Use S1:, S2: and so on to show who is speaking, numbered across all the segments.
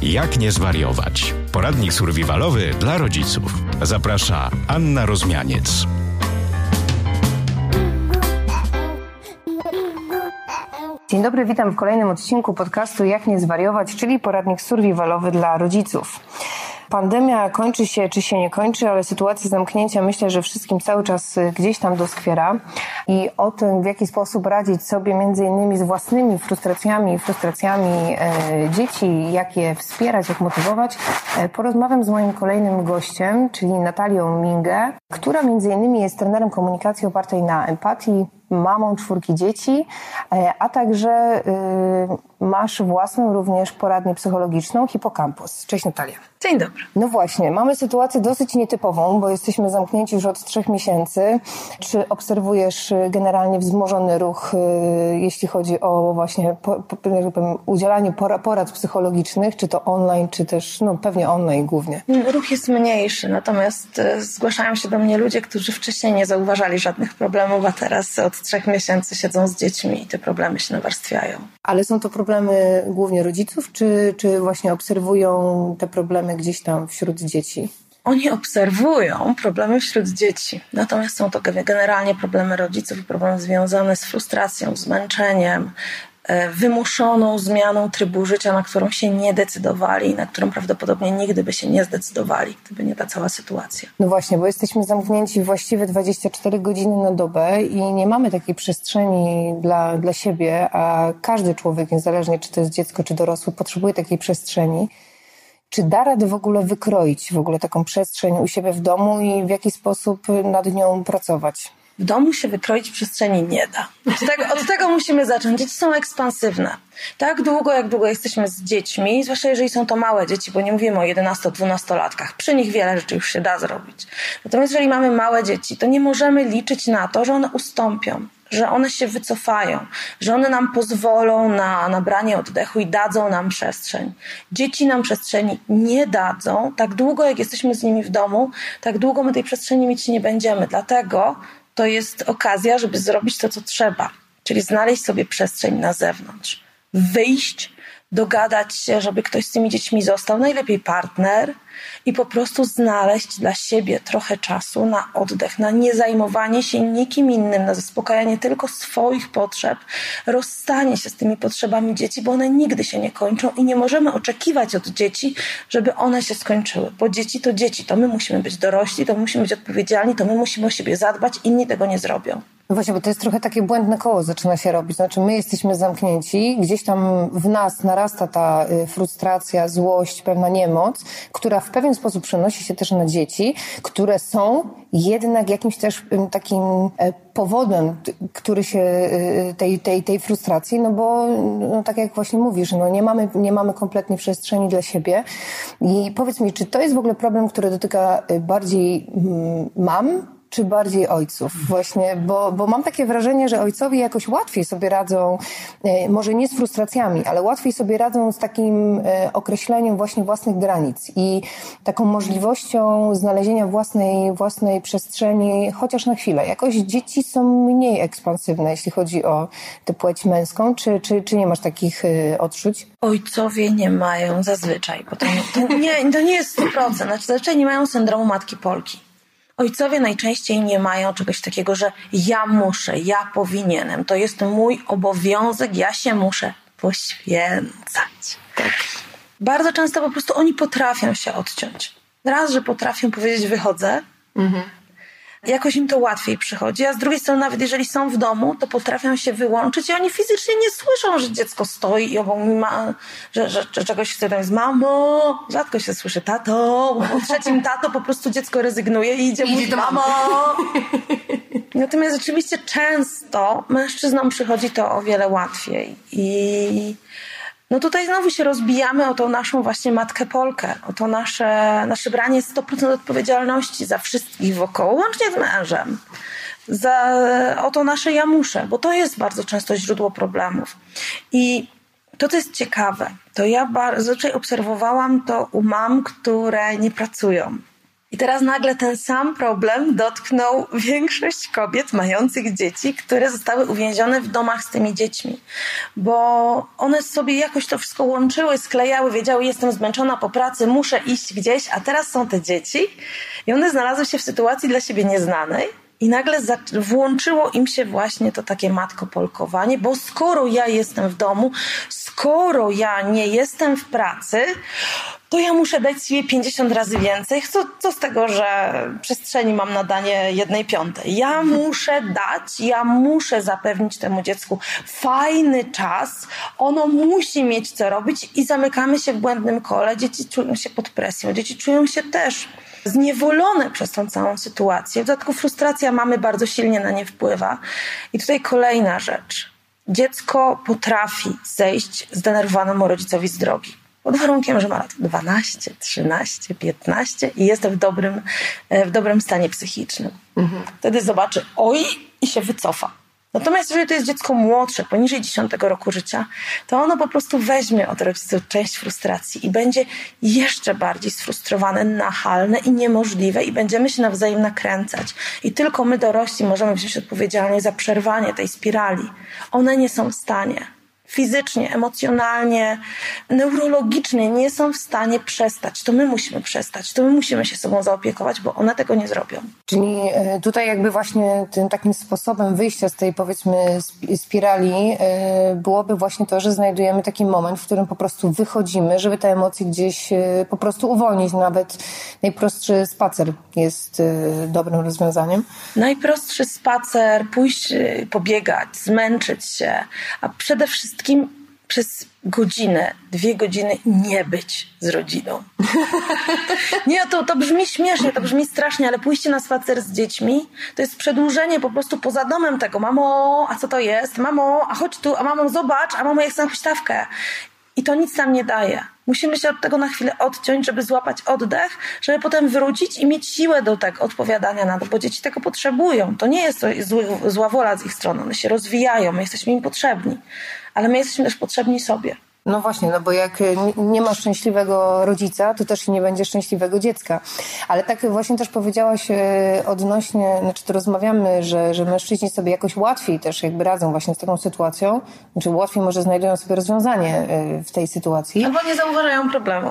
S1: Jak nie zwariować? Poradnik survivalowy dla rodziców. Zaprasza Anna Rozmianiec.
S2: Dzień dobry, witam w kolejnym odcinku podcastu Jak nie zwariować, czyli poradnik survivalowy dla rodziców. Pandemia kończy się, czy się nie kończy, ale sytuacja zamknięcia myślę, że wszystkim cały czas gdzieś tam doskwiera. I o tym, w jaki sposób radzić sobie między innymi z własnymi frustracjami dzieci, jak je wspierać, jak motywować, porozmawiam z moim kolejnym gościem, czyli Natalią Mingę, która między innymi jest trenerem komunikacji opartej na empatii, mamą 4 dzieci, a także masz własną również poradnię psychologiczną Hipokampus. Cześć Natalia.
S3: Dzień dobry.
S2: No właśnie, mamy sytuację dosyć nietypową, bo jesteśmy zamknięci już od 3 miesięcy. Czy obserwujesz generalnie wzmożony ruch, jeśli chodzi o właśnie udzielanie porad psychologicznych, czy to online, czy też pewnie online głównie?
S3: Ruch jest mniejszy, natomiast zgłaszają się do mnie ludzie, którzy wcześniej nie zauważali żadnych problemów, a teraz od 3 miesięcy siedzą z dziećmi i te problemy się nawarstwiają.
S2: Ale są to problemy głównie rodziców, czy właśnie obserwują te problemy gdzieś tam wśród dzieci?
S3: Oni obserwują problemy wśród dzieci, natomiast są to generalnie problemy rodziców i problemy związane z frustracją, zmęczeniem, wymuszoną zmianą trybu życia, na którą się nie decydowali i na którą prawdopodobnie nigdy by się nie zdecydowali, gdyby nie ta cała sytuacja.
S2: No właśnie, bo jesteśmy zamknięci właściwie 24 godziny na dobę i nie mamy takiej przestrzeni dla siebie, a każdy człowiek, niezależnie czy to jest dziecko, czy dorosły, potrzebuje takiej przestrzeni. Czy da radę w ogóle wykroić taką przestrzeń u siebie w domu i w jaki sposób nad nią pracować?
S3: W domu się wykroić przestrzeni nie da. Od tego musimy zacząć. Dzieci są ekspansywne. Tak długo, jak długo jesteśmy z dziećmi, zwłaszcza jeżeli są to małe dzieci, bo nie mówimy o 11-12-latkach. Przy nich wiele rzeczy już się da zrobić. Natomiast jeżeli mamy małe dzieci, to nie możemy liczyć na to, że one ustąpią, że one się wycofają, że one nam pozwolą na nabranie oddechu i dadzą nam przestrzeń. Dzieci nam przestrzeni nie dadzą. Tak długo, jak jesteśmy z nimi w domu, tak długo my tej przestrzeni mieć nie będziemy. Dlatego to jest okazja, żeby zrobić to, co trzeba. Czyli znaleźć sobie przestrzeń na zewnątrz. Wyjść, dogadać się, żeby ktoś z tymi dziećmi został, najlepiej partner, i po prostu znaleźć dla siebie trochę czasu na oddech, na niezajmowanie się nikim innym, na zaspokajanie tylko swoich potrzeb, rozstanie się z tymi potrzebami dzieci, bo one nigdy się nie kończą i nie możemy oczekiwać od dzieci, żeby one się skończyły, bo dzieci, to my musimy być dorośli, to my musimy być odpowiedzialni, to my musimy o siebie zadbać, inni tego nie zrobią.
S2: No właśnie, bo to jest trochę takie błędne koło zaczyna się robić. Znaczy my jesteśmy zamknięci, gdzieś tam w nas narasta ta frustracja, złość, pewna niemoc, która w pewien sposób przenosi się też na dzieci, które są jednak jakimś też takim powodem, który się tej frustracji, bo tak jak właśnie mówisz, nie mamy kompletnie przestrzeni dla siebie. I powiedz mi, czy to jest w ogóle problem, który dotyka bardziej mam, czy bardziej ojców? Właśnie, bo mam takie wrażenie, że ojcowie jakoś łatwiej sobie radzą, może nie z frustracjami, ale łatwiej sobie radzą z takim określeniem właśnie własnych granic i taką możliwością znalezienia własnej przestrzeni, chociaż na chwilę. Jakoś dzieci są mniej ekspansywne, jeśli chodzi o tę płeć męską, czy nie masz takich odczuć?
S3: Ojcowie nie mają zazwyczaj, bo to nie jest 100%, zazwyczaj nie mają syndromu matki Polki. Ojcowie najczęściej nie mają czegoś takiego, że ja muszę, ja powinienem, to jest mój obowiązek, ja się muszę poświęcać. Tak. Bardzo często po prostu oni potrafią się odciąć. Raz, że potrafią powiedzieć wychodzę, jakoś im to łatwiej przychodzi, a z drugiej strony nawet jeżeli są w domu, to potrafią się wyłączyć i oni fizycznie nie słyszą, że dziecko stoi i obok ma, że czegoś chce, tam jest mamo, rzadko się słyszy tato, po trzecim tato po prostu dziecko rezygnuje i idzie mówić mamo. Natomiast rzeczywiście często mężczyznom przychodzi to o wiele łatwiej i tutaj znowu się rozbijamy o tą naszą właśnie matkę Polkę, o to nasze branie 100% odpowiedzialności za wszystkich wokoło, łącznie z mężem. O to nasze ja muszę, bo to jest bardzo często źródło problemów. I to, co jest ciekawe, to ja zazwyczaj obserwowałam to u mam, które nie pracują. I teraz nagle ten sam problem dotknął większość kobiet mających dzieci, które zostały uwięzione w domach z tymi dziećmi. Bo one sobie jakoś to wszystko łączyły, sklejały, wiedziały, jestem zmęczona po pracy, muszę iść gdzieś, a teraz są te dzieci. I one znalazły się w sytuacji dla siebie nieznanej. I nagle włączyło im się właśnie to takie matkopolkowanie, bo skoro ja jestem w domu, skoro ja nie jestem w pracy, to ja muszę dać sobie 50 razy więcej. Co z tego, że przestrzeni mam na danie 1/5? Ja muszę dać, ja muszę zapewnić temu dziecku fajny czas. Ono musi mieć co robić i zamykamy się w błędnym kole. Dzieci czują się pod presją. Dzieci czują się też zniewolone przez tą całą sytuację. W dodatku frustracja mamy bardzo silnie na nie wpływa. I tutaj kolejna rzecz. Dziecko potrafi zejść zdenerwowanemu rodzicowi z drogi. Pod warunkiem, że ma lat 12, 13, 15 i jest w dobrym stanie psychicznym. Wtedy zobaczy, oj, i się wycofa. Natomiast jeżeli to jest dziecko młodsze, poniżej 10 roku życia, to ono po prostu weźmie od rodziców część frustracji i będzie jeszcze bardziej sfrustrowane, nachalne i niemożliwe i będziemy się nawzajem nakręcać. I tylko my dorośli możemy wziąć odpowiedzialność za przerwanie tej spirali. One nie są w stanie. Fizycznie, emocjonalnie, neurologicznie nie są w stanie przestać. To my musimy przestać. To my musimy się sobą zaopiekować, bo one tego nie zrobią.
S2: Czyli tutaj jakby właśnie tym takim sposobem wyjścia z tej, powiedzmy, spirali byłoby właśnie to, że znajdujemy taki moment, w którym po prostu wychodzimy, żeby te emocje gdzieś po prostu uwolnić. Nawet najprostszy spacer jest dobrym rozwiązaniem.
S3: Najprostszy spacer, pójść pobiegać, zmęczyć się, a przede wszystkim przez godzinę, 2 godziny nie być z rodziną. Nie, to brzmi śmiesznie, to brzmi strasznie, ale pójście na spacer z dziećmi to jest przedłużenie po prostu poza domem tego. Mamo, a co to jest? Mamo, a chodź tu, a mamo zobacz, a mamo ja chcę huśtawkę. I to nic nam nie daje. Musimy się od tego na chwilę odciąć, żeby złapać oddech, żeby potem wrócić i mieć siłę do tego odpowiadania na to, bo dzieci tego potrzebują. To nie jest to zła wola z ich strony. One się rozwijają, my jesteśmy im potrzebni. Ale my jesteśmy też potrzebni sobie.
S2: No właśnie, no bo jak nie ma szczęśliwego rodzica, to też nie będzie szczęśliwego dziecka. Ale tak właśnie też powiedziałaś odnośnie, znaczy to rozmawiamy, że mężczyźni sobie jakoś łatwiej też jakby radzą właśnie z taką sytuacją, znaczy łatwiej może znajdują sobie rozwiązanie w tej sytuacji.
S3: Albo nie zauważają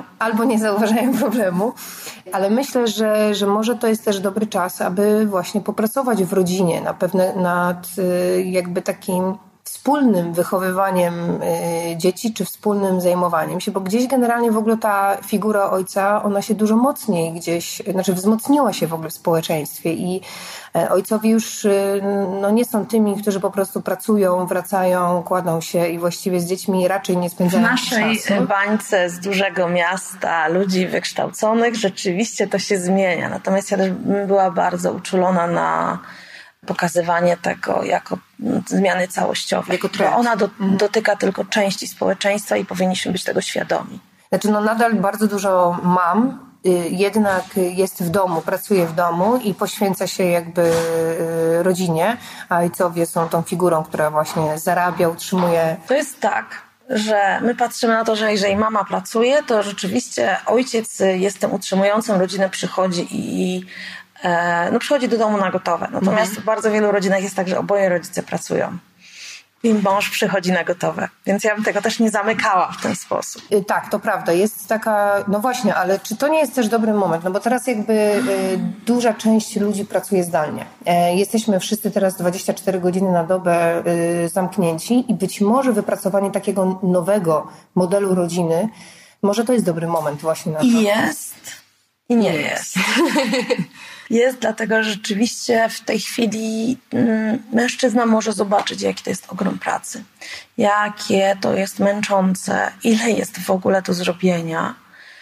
S3: problemu.
S2: Ale myślę, że może to jest też dobry czas, aby właśnie popracować w rodzinie nad jakby takim wspólnym wychowywaniem dzieci, czy wspólnym zajmowaniem się, bo gdzieś generalnie w ogóle ta figura ojca, ona się dużo mocniej gdzieś, znaczy wzmocniła się w ogóle w społeczeństwie i ojcowie już nie są tymi, którzy po prostu pracują, wracają, kładą się i właściwie z dziećmi raczej nie spędzają czasu.
S3: W naszej bańce z dużego miasta, ludzi wykształconych, rzeczywiście to się zmienia. Natomiast ja też była bardzo uczulona na pokazywanie tego jako zmiany całościowej. Bo ona dotyka tylko części społeczeństwa i powinniśmy być tego świadomi.
S2: Znaczy nadal bardzo dużo mam jednak jest w domu, pracuje w domu i poświęca się jakby rodzinie, a ojcowie są tą figurą, która właśnie zarabia, utrzymuje.
S3: To jest tak, że my patrzymy na to, że jeżeli mama pracuje, to rzeczywiście ojciec jest tym utrzymującym rodzinę, przychodzi i przychodzi do domu na gotowe. Natomiast w bardzo wielu rodzinach jest tak, że oboje rodzice pracują. I mąż przychodzi na gotowe. Więc ja bym tego też nie zamykała w ten sposób.
S2: Tak, to prawda. Jest taka, no właśnie, ale czy to nie jest też dobry moment? No bo teraz jakby duża część ludzi pracuje zdalnie. Jesteśmy wszyscy teraz 24 godziny na dobę zamknięci i być może wypracowanie takiego nowego modelu rodziny, może to jest dobry moment właśnie na to.
S3: I jest, i nie jest. Jest, dlatego że rzeczywiście w tej chwili mężczyzna może zobaczyć, jaki to jest ogrom pracy, jakie to jest męczące, ile jest w ogóle do zrobienia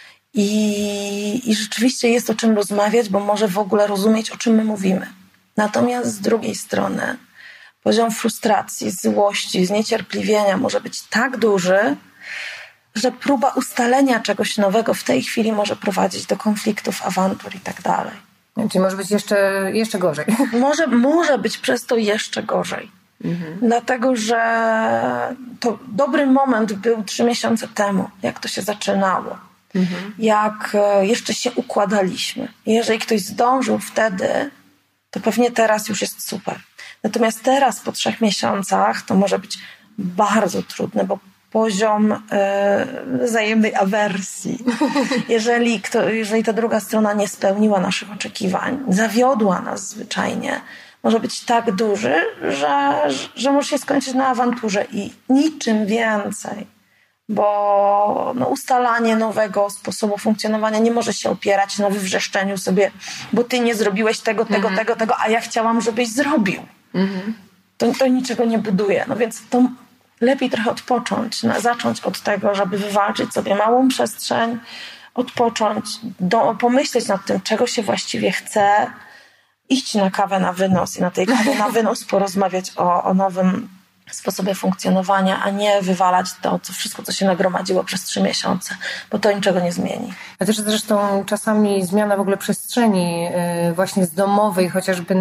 S3: i rzeczywiście jest o czym rozmawiać, bo może w ogóle rozumieć, o czym my mówimy. Natomiast z drugiej strony poziom frustracji, złości, zniecierpliwienia może być tak duży, że próba ustalenia czegoś nowego w tej chwili może prowadzić do konfliktów, awantur i tak dalej.
S2: Czyli może być jeszcze gorzej.
S3: Może być przez to jeszcze gorzej. Dlatego, że to dobry moment był 3 miesiące temu, jak to się zaczynało. jak jeszcze się układaliśmy. Jeżeli ktoś zdążył wtedy, to pewnie teraz już jest super. Natomiast teraz po 3 miesiącach to może być bardzo trudne, bo poziom wzajemnej awersji. Jeżeli ta druga strona nie spełniła naszych oczekiwań, zawiodła nas zwyczajnie, może być tak duży, że może się skończyć na awanturze i niczym więcej. Bo ustalanie nowego sposobu funkcjonowania nie może się opierać na wywrzeszczeniu sobie, bo ty nie zrobiłeś tego, a ja chciałam, żebyś zrobił. To niczego nie buduje. No więc to lepiej trochę odpocząć, zacząć od tego, żeby wywalczyć sobie małą przestrzeń, odpocząć, pomyśleć nad tym, czego się właściwie chce, iść na kawę na wynos i na tej kawie na wynos porozmawiać o nowym sposobie funkcjonowania, a nie wywalać wszystko, co się nagromadziło przez 3 miesiące, bo to niczego nie zmieni.
S2: A też zresztą czasami zmiana w ogóle przestrzeni właśnie z domowej, chociażby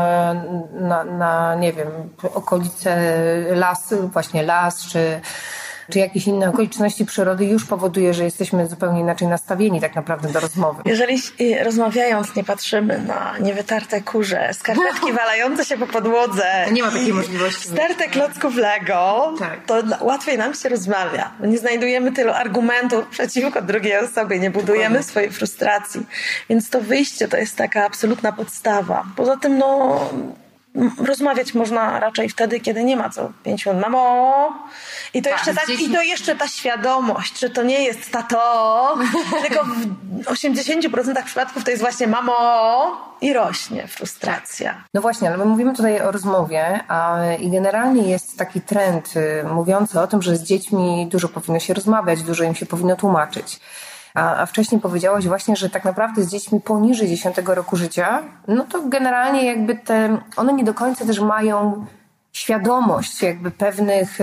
S2: na nie wiem, okolice las, czy jakieś inne okoliczności przyrody już powoduje, że jesteśmy zupełnie inaczej nastawieni tak naprawdę do rozmowy.
S3: Jeżeli rozmawiając nie patrzymy na niewytarte kurze, skarpetki walające się po podłodze,
S2: nie ma takiej możliwości.
S3: Starte klocków Lego, to łatwiej nam się rozmawia. Nie znajdujemy tylu argumentów przeciwko drugiej osobie, nie budujemy swojej frustracji. Więc to wyjście to jest taka absolutna podstawa. Poza tym rozmawiać można raczej wtedy, kiedy nie ma co 5 minut. Mamo! I to jeszcze ta świadomość, że to nie jest tato, tylko w 80% przypadków to jest właśnie mamo i rośnie frustracja.
S2: No właśnie, ale my mówimy tutaj o rozmowie, i generalnie jest taki trend mówiący o tym, że z dziećmi dużo powinno się rozmawiać, dużo im się powinno tłumaczyć. A wcześniej powiedziałaś właśnie, że tak naprawdę z dziećmi poniżej 10 roku życia, no to generalnie jakby one nie do końca też mają świadomość jakby pewnych,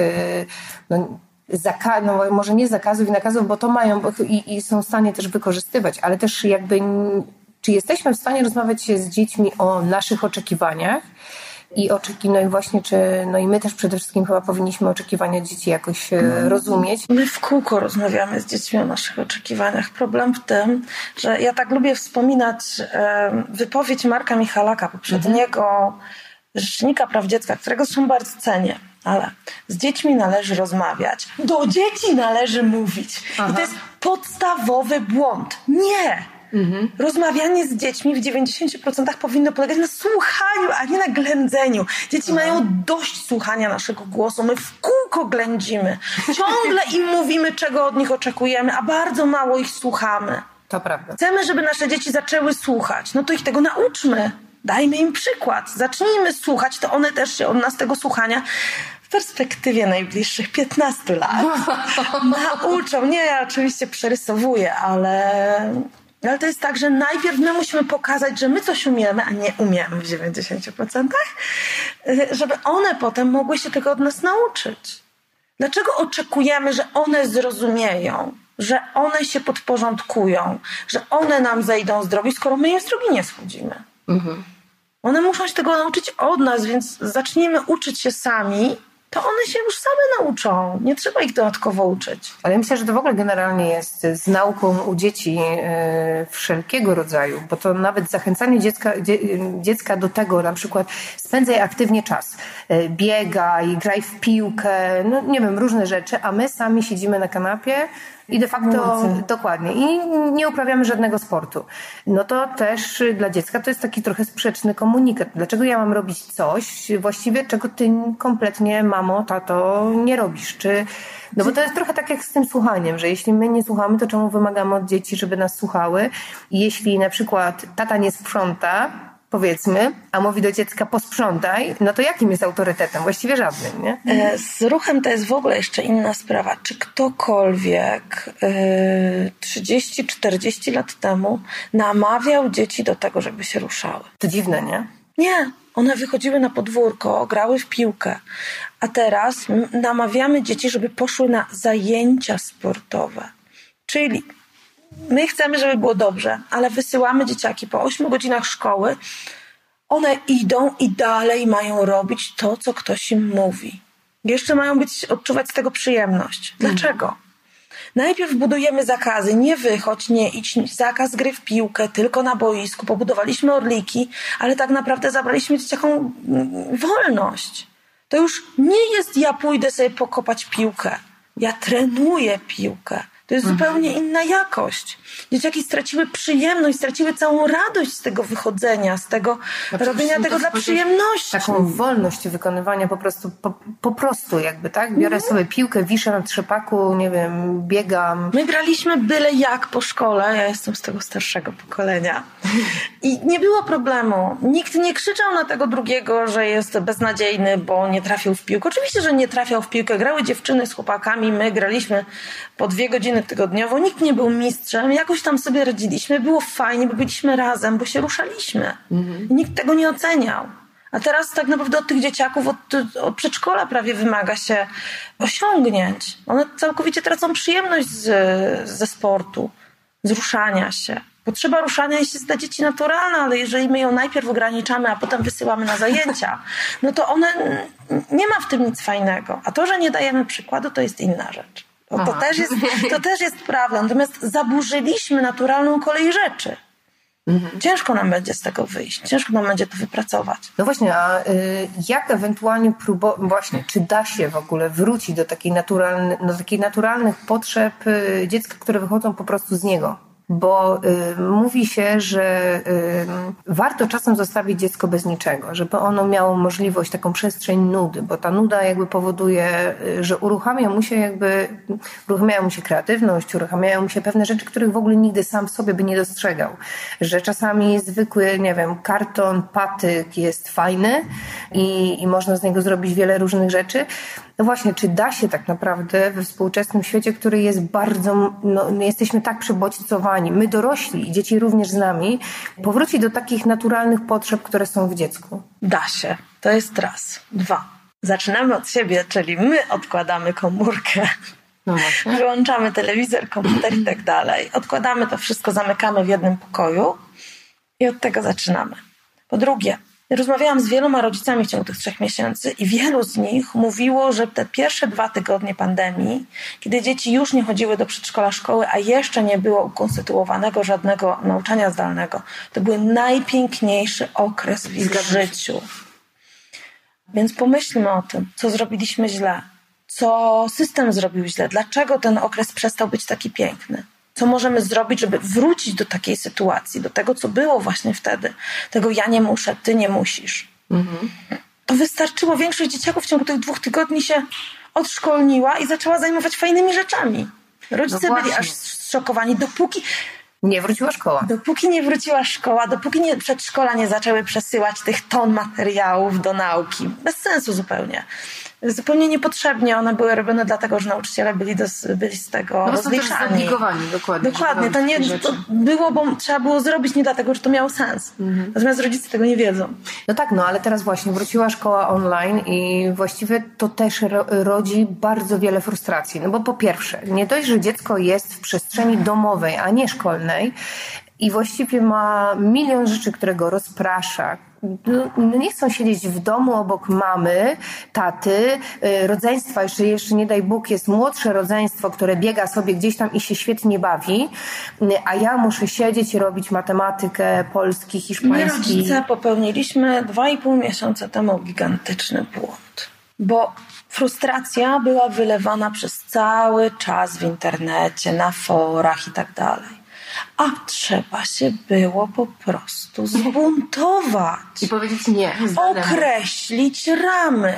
S2: może nie zakazów i nakazów, bo to mają i są w stanie też wykorzystywać, ale też jakby czy jesteśmy w stanie rozmawiać się z dziećmi o naszych oczekiwaniach i właśnie, i my też przede wszystkim chyba powinniśmy oczekiwania dzieci jakoś rozumieć.
S3: My w kółko rozmawiamy z dziećmi o naszych oczekiwaniach. Problem w tym, że ja tak lubię wspominać wypowiedź Marka Michalaka, poprzedniego rzecznika praw dziecka, którego zresztą bardzo cenię. Ale z dziećmi należy rozmawiać. Do dzieci należy mówić. I to jest podstawowy błąd. Nie! Rozmawianie z dziećmi w 90% powinno polegać na słuchaniu, a nie na ględzeniu. Dzieci mają dość słuchania naszego głosu. My w kółko ględzimy. Ciągle im mówimy, czego od nich oczekujemy, a bardzo mało ich słuchamy.
S2: To prawda.
S3: Chcemy, żeby nasze dzieci zaczęły słuchać. No to ich tego nauczmy. Dajmy im przykład. Zacznijmy słuchać, to one też się od nas tego słuchania w perspektywie najbliższych 15 lat nauczą. Nie, ja oczywiście przerysowuję, ale to jest tak, że najpierw my musimy pokazać, że my coś umiemy, a nie umiemy w 90%, żeby one potem mogły się tego od nas nauczyć. Dlaczego oczekujemy, że one zrozumieją, że one się podporządkują, że one nam zejdą z drogi, skoro my im z drogi nie schodzimy? One muszą się tego nauczyć od nas, więc zacznijmy uczyć się sami, to one się już same nauczą. Nie trzeba ich dodatkowo uczyć.
S2: Ale myślę, że to w ogóle generalnie jest z nauką u dzieci wszelkiego rodzaju, bo to nawet zachęcanie dziecka do tego, na przykład spędzaj aktywnie czas, biegaj, graj w piłkę, nie wiem, różne rzeczy, a my sami siedzimy na kanapie i de facto dokładnie i nie uprawiamy żadnego sportu. No to też dla dziecka to jest taki trochę sprzeczny komunikat. Dlaczego ja mam robić coś właściwie, czego ty kompletnie, mamo, tato, nie robisz? Bo to jest trochę tak jak z tym słuchaniem, że jeśli my nie słuchamy, to czemu wymagamy od dzieci, żeby nas słuchały? I jeśli na przykład tata nie sprząta, powiedzmy, a mówi do dziecka posprzątaj, no to jakim jest autorytetem? Właściwie żadnym, nie?
S3: Z ruchem to jest w ogóle jeszcze inna sprawa. Czy ktokolwiek 30-40 lat temu namawiał dzieci do tego, żeby się ruszały?
S2: To dziwne, nie?
S3: Nie. One wychodziły na podwórko, grały w piłkę. A teraz namawiamy dzieci, żeby poszły na zajęcia sportowe. Czyli my chcemy, żeby było dobrze, ale wysyłamy dzieciaki po 8 godzinach szkoły. One idą i dalej mają robić to, co ktoś im mówi. Jeszcze mają odczuwać z tego przyjemność. Dlaczego? Najpierw budujemy zakazy, nie wychodź, nie idź, zakaz gry w piłkę, tylko na boisku, pobudowaliśmy orliki, ale tak naprawdę zabraliśmy dzieciakom wolność. To już nie jest ja pójdę sobie pokopać piłkę, ja trenuję piłkę. To jest zupełnie inna jakość. Dzieciaki straciły przyjemność, straciły całą radość z tego wychodzenia, z tego robienia tego dla przyjemności.
S2: Taką wolność wykonywania po prostu jakby, tak? Biorę sobie piłkę, wiszę na trzepaku, nie wiem, biegam.
S3: My graliśmy byle jak po szkole, ja jestem z tego starszego pokolenia i nie było problemu. Nikt nie krzyczał na tego drugiego, że jest beznadziejny, bo nie trafił w piłkę. Oczywiście, że nie trafiał w piłkę. Grały dziewczyny z chłopakami, my graliśmy po 2 godziny tygodniowo. Nikt nie był mistrzem. Jakoś tam sobie radziliśmy. Było fajnie, bo byliśmy razem, bo się ruszaliśmy. I nikt tego nie oceniał. A teraz tak naprawdę od tych dzieciaków, od przedszkola prawie wymaga się osiągnięć. One całkowicie tracą przyjemność ze sportu, z ruszania się. Potrzeba ruszania się jest dla dzieci naturalna, ale jeżeli my ją najpierw ograniczamy, a potem wysyłamy na zajęcia, no to nie ma w tym nic fajnego. A to, że nie dajemy przykładu, to jest inna rzecz. To też jest prawda. Natomiast zaburzyliśmy naturalną kolej rzeczy. Ciężko nam będzie z tego wyjść. Ciężko nam będzie to wypracować.
S2: No właśnie, a jak ewentualnie właśnie, czy da się w ogóle wrócić do takich naturalnych potrzeb dziecka, które wychodzą po prostu z niego? Bo mówi się, że warto czasem zostawić dziecko bez niczego, żeby ono miało możliwość, taką przestrzeń nudy, bo ta nuda jakby powoduje, że uruchamiają mu się kreatywność, uruchamiają mu się pewne rzeczy, których w ogóle nigdy sam w sobie by nie dostrzegał. Że czasami zwykły, nie wiem, karton, patyk jest fajny i można z niego zrobić wiele różnych rzeczy. No właśnie, czy da się tak naprawdę we współczesnym świecie, który jest bardzo, jesteśmy tak przebodźcowani, my dorośli i dzieci również z nami, powrócić do takich naturalnych potrzeb, które są w dziecku?
S3: Da się. To jest raz. 2. Zaczynamy od siebie, czyli my odkładamy komórkę.
S2: No właśnie.
S3: Wyłączamy telewizor, komputer i tak dalej. Odkładamy to wszystko, zamykamy w jednym pokoju i od tego zaczynamy. Po drugie, rozmawiałam z wieloma rodzicami w ciągu tych 3 miesięcy i wielu z nich mówiło, że te pierwsze 2 tygodnie pandemii, kiedy dzieci już nie chodziły do przedszkola, szkoły, a jeszcze nie było ukonstytuowanego żadnego nauczania zdalnego, to był najpiękniejszy okres w ich życiu. Więc pomyślmy o tym, co zrobiliśmy źle, co system zrobił źle, dlaczego ten okres przestał być taki piękny. Co możemy zrobić, żeby wrócić do takiej sytuacji, do tego, co było właśnie wtedy. Tego ja nie muszę, ty nie musisz. To wystarczyło. Większość dzieciaków w ciągu tych 2 tygodni się odszkolniła i zaczęła zajmować fajnymi rzeczami. Rodzice byli aż zszokowani, dopóki
S2: nie wróciła szkoła.
S3: Dopóki nie wróciła szkoła, dopóki przedszkola nie zaczęły przesyłać tych ton materiałów do nauki. Bez sensu zupełnie. Zupełnie niepotrzebnie one były robione dlatego, że nauczyciele byli z tego rozliczani.
S2: Dokładnie.
S3: To było, bo trzeba było zrobić nie dlatego, że to miało sens. Natomiast rodzice tego nie wiedzą.
S2: No tak, ale teraz właśnie wróciła szkoła online i właściwie to też rodzi bardzo wiele frustracji. No bo po pierwsze, nie dość, że dziecko jest w przestrzeni domowej, a nie szkolnej i właściwie ma milion rzeczy, które go rozprasza. Nie chcą siedzieć w domu obok mamy, taty, rodzeństwa, jeszcze nie daj Bóg, jest młodsze rodzeństwo, które biega sobie gdzieś tam i się świetnie bawi, a ja muszę siedzieć i robić matematykę, polski, hiszpański.
S3: My rodzice popełniliśmy 2,5 miesiąca temu gigantyczny błąd, bo frustracja była wylewana przez cały czas w internecie, na forach i tak dalej. A trzeba się było po prostu zbuntować.
S2: I powiedzieć nie.
S3: Określić ramy.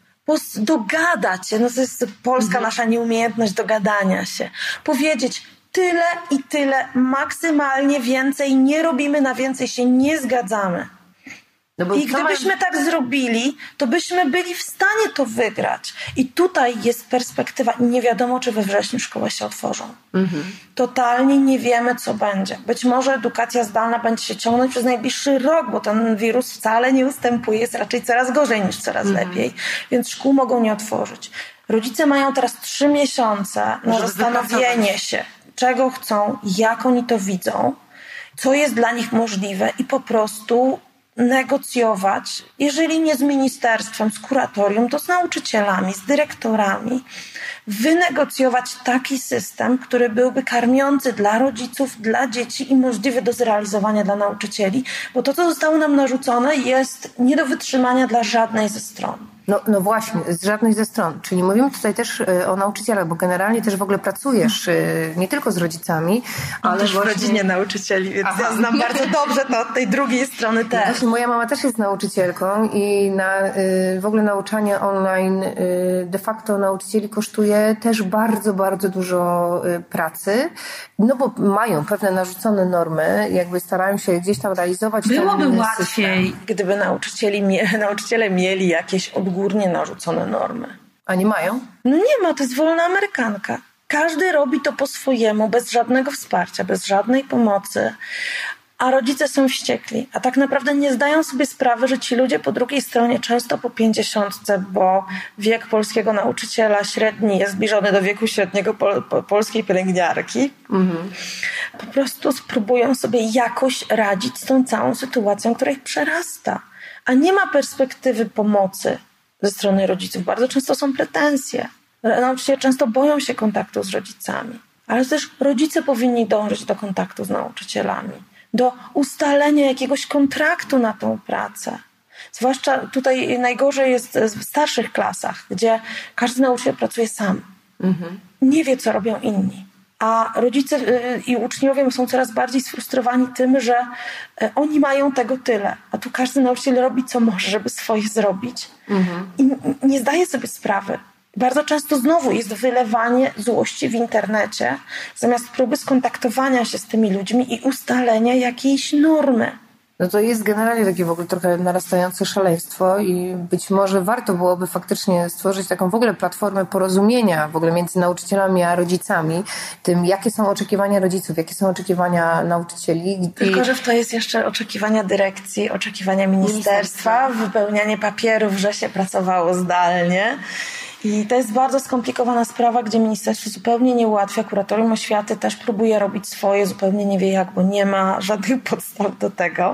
S3: Dogadać się. No to jest polska nasza nieumiejętność dogadania się. Powiedzieć tyle i tyle, maksymalnie więcej nie robimy, na więcej się nie zgadzamy. I gdybyśmy tak zrobili, to byśmy byli w stanie to wygrać. I tutaj jest perspektywa i nie wiadomo, czy we wrześniu szkoły się otworzą. Totalnie nie wiemy, co będzie. Być może edukacja zdalna będzie się ciągnąć przez najbliższy rok, bo ten wirus wcale nie ustępuje, jest raczej coraz gorzej niż coraz lepiej. Więc szkół mogą nie otworzyć. Rodzice mają teraz 3 miesiące na zastanowienie się, czego chcą, jak oni to widzą, co jest dla nich możliwe i po prostu negocjować, jeżeli nie z ministerstwem, z kuratorium, to z nauczycielami, z dyrektorami, wynegocjować taki system, który byłby karmiący dla rodziców, dla dzieci i możliwy do zrealizowania dla nauczycieli, bo to, co zostało nam narzucone, jest nie do wytrzymania dla żadnej ze stron.
S2: No właśnie, z żadnej ze stron. Czyli mówimy tutaj też o nauczycielach, bo generalnie też w ogóle pracujesz nie tylko z rodzicami, ale
S3: też
S2: właśnie...
S3: w rodzinie nauczycieli, więc ja znam bardzo dobrze to od tej drugiej strony też.
S2: Właśnie moja mama też jest nauczycielką i w ogóle nauczanie online de facto nauczycieli kosztuje też bardzo, bardzo dużo pracy, no bo mają pewne narzucone normy, jakby starają się gdzieś tam realizować.
S3: Byłoby łatwiej, gdyby nauczyciele mieli jakieś odgórnie narzucone normy.
S2: A nie mają?
S3: No nie ma, to jest wolna amerykanka. Każdy robi to po swojemu, bez żadnego wsparcia, bez żadnej pomocy, a rodzice są wściekli. A tak naprawdę nie zdają sobie sprawy, że ci ludzie po drugiej stronie, często po 50, bo wiek polskiego nauczyciela średni jest zbliżony do wieku średniego polskiej pielęgniarki, po prostu spróbują sobie jakoś radzić z tą całą sytuacją, która ich przerasta. A nie ma perspektywy pomocy ze strony rodziców. Bardzo często są pretensje. Nauczyciele często boją się kontaktu z rodzicami. Ale też rodzice powinni dążyć do kontaktu z nauczycielami. Do ustalenia jakiegoś kontraktu na tą pracę. Zwłaszcza tutaj najgorzej jest w starszych klasach, gdzie każdy nauczyciel pracuje sam. Nie wie, co robią inni. A rodzice i uczniowie są coraz bardziej sfrustrowani tym, że oni mają tego tyle. A tu każdy nauczyciel robi, co może, żeby swoje zrobić. I nie zdaje sobie sprawy. Bardzo często znowu jest wylewanie złości w internecie, zamiast próby skontaktowania się z tymi ludźmi i ustalenia jakiejś normy.
S2: No to jest generalnie takie w ogóle trochę narastające szaleństwo i być może warto byłoby faktycznie stworzyć taką w ogóle platformę porozumienia w ogóle między nauczycielami a rodzicami, tym jakie są oczekiwania rodziców, jakie są oczekiwania nauczycieli.
S3: Tylko, że w to jest jeszcze oczekiwania dyrekcji, oczekiwania ministerstwa, wypełnianie papierów, że się pracowało zdalnie. I to jest bardzo skomplikowana sprawa, gdzie ministerstwo zupełnie nie ułatwia, kuratorium oświaty też próbuje robić swoje, zupełnie nie wie jak, bo nie ma żadnych podstaw do tego.